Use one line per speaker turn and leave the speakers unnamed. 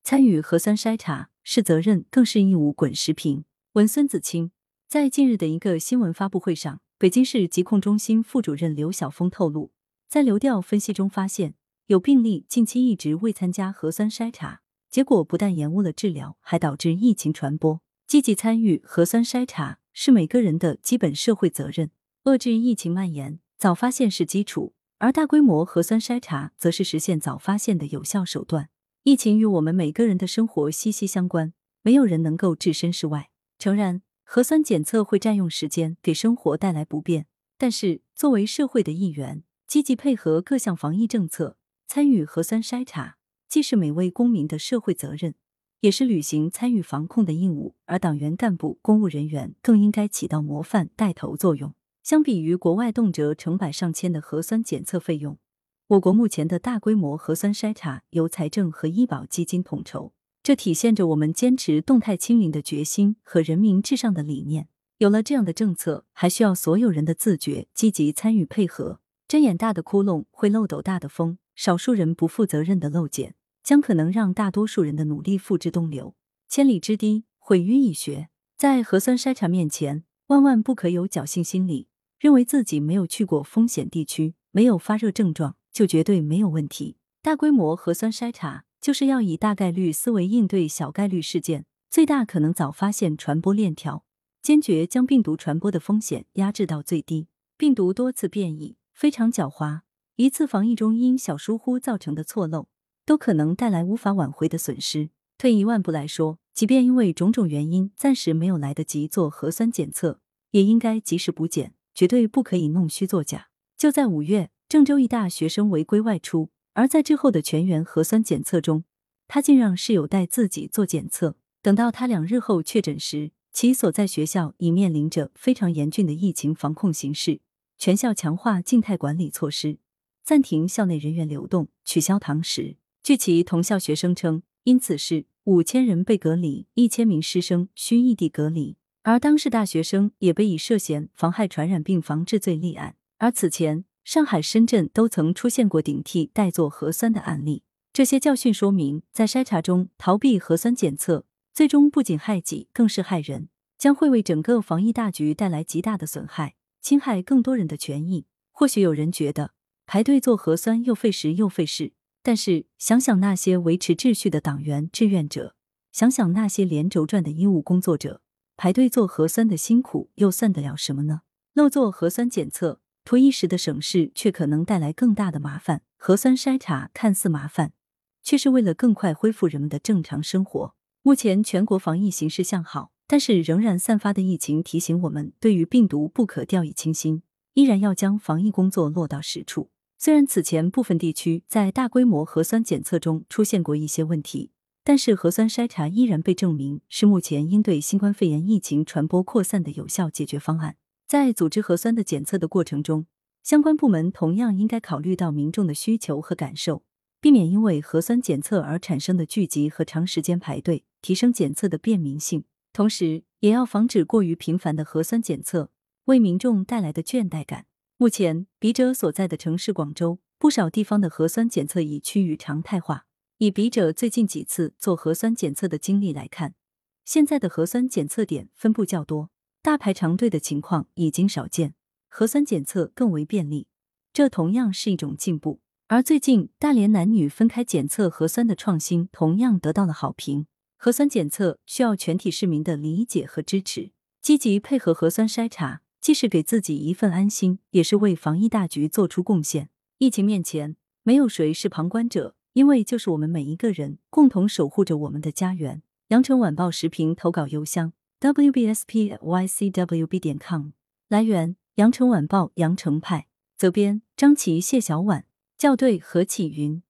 参与核酸筛查是责任更是义务。滚石屏文孙子清。在近日的一个新闻发布会上，北京市疾控中心副主任刘晓峰透露，在流调分析中发现，有病例近期一直未参加核酸筛查，结果不但延误了治疗，还导致疫情传播。积极参与核酸筛查是每个人的基本社会责任。遏制疫情蔓延，早发现是基础，而大规模核酸筛查则是实现早发现的有效手段。疫情与我们每个人的生活息息相关，没有人能够置身事外。诚然，核酸检测会占用时间，给生活带来不便，但是作为社会的一员，积极配合各项防疫政策，参与核酸筛查，既是每位公民的社会责任，也是履行参与防控的义务。而党员干部、公务人员更应该起到模范带头作用。相比于国外动辄成百上千的核酸检测费用，我国目前的大规模核酸筛查由财政和医保基金统筹，这体现着我们坚持动态清零的决心和人民至上的理念。有了这样的政策，还需要所有人的自觉、积极参与配合。针眼大的窟窿会漏斗大的风，少数人不负责任的漏检，将可能让大多数人的努力付之东流。千里之堤，毁于蚁穴。在核酸筛查面前，万万不可有侥幸心理，认为自己没有去过风险地区，没有发热症状，就绝对没有问题。大规模核酸筛查就是要以大概率思维应对小概率事件，最大可能早发现传播链条，坚决将病毒传播的风险压制到最低。病毒多次变异，非常狡猾，一次防疫中因小疏忽造成的错漏，都可能带来无法挽回的损失。退一万步来说，即便因为种种原因暂时没有来得及做核酸检测，也应该及时补检，绝对不可以弄虚作假。就在5月，郑州一大学生违规外出，而在之后的全员核酸检测中，他竟让室友带自己做检测。等到他2日后确诊时，其所在学校已面临着非常严峻的疫情防控形势，全校强化静态管理措施，暂停校内人员流动，取消堂食。据其同校学生称，因此事5000人被隔离，1000名师生需异地隔离，而当事大学生也被以涉嫌妨害传染病防治罪立案。而此前，上海、深圳都曾出现过顶替代做核酸的案例。这些教训说明，在筛查中逃避核酸检测，最终不仅害己，更是害人，将会为整个防疫大局带来极大的损害，侵害更多人的权益。或许有人觉得排队做核酸又费时又费事，但是想想那些维持秩序的党员志愿者，想想那些连轴转的医务工作者，排队做核酸的辛苦又算得了什么呢？漏做核酸检测，图一时的省事，却可能带来更大的麻烦。核酸筛查看似麻烦，却是为了更快恢复人们的正常生活。目前全国防疫形势向好，但是仍然散发的疫情提醒我们，对于病毒不可掉以轻心，依然要将防疫工作落到实处。虽然此前部分地区在大规模核酸检测中出现过一些问题，但是核酸筛查依然被证明是目前应对新冠肺炎疫情传播扩散的有效解决方案。在组织核酸的检测的过程中，相关部门同样应该考虑到民众的需求和感受，避免因为核酸检测而产生的聚集和长时间排队，提升检测的便民性。同时，也要防止过于频繁的核酸检测为民众带来的倦怠感。目前，笔者所在的城市广州，不少地方的核酸检测已趋于常态化。以笔者最近几次做核酸检测的经历来看，现在的核酸检测点分布较多，大排长队的情况已经少见，核酸检测更为便利，这同样是一种进步。而最近大连男女分开检测核酸的创新同样得到了好评。核酸检测需要全体市民的理解和支持，积极配合核酸筛查，既是给自己一份安心，也是为防疫大局做出贡献。疫情面前，没有谁是旁观者，因为就是我们每一个人共同守护着我们的家园。羊城晚报时评投稿邮箱 wbsp@ycwb.com。 来源：羊城晚报羊城派。责编：张琪、谢小婉。校对：何启云。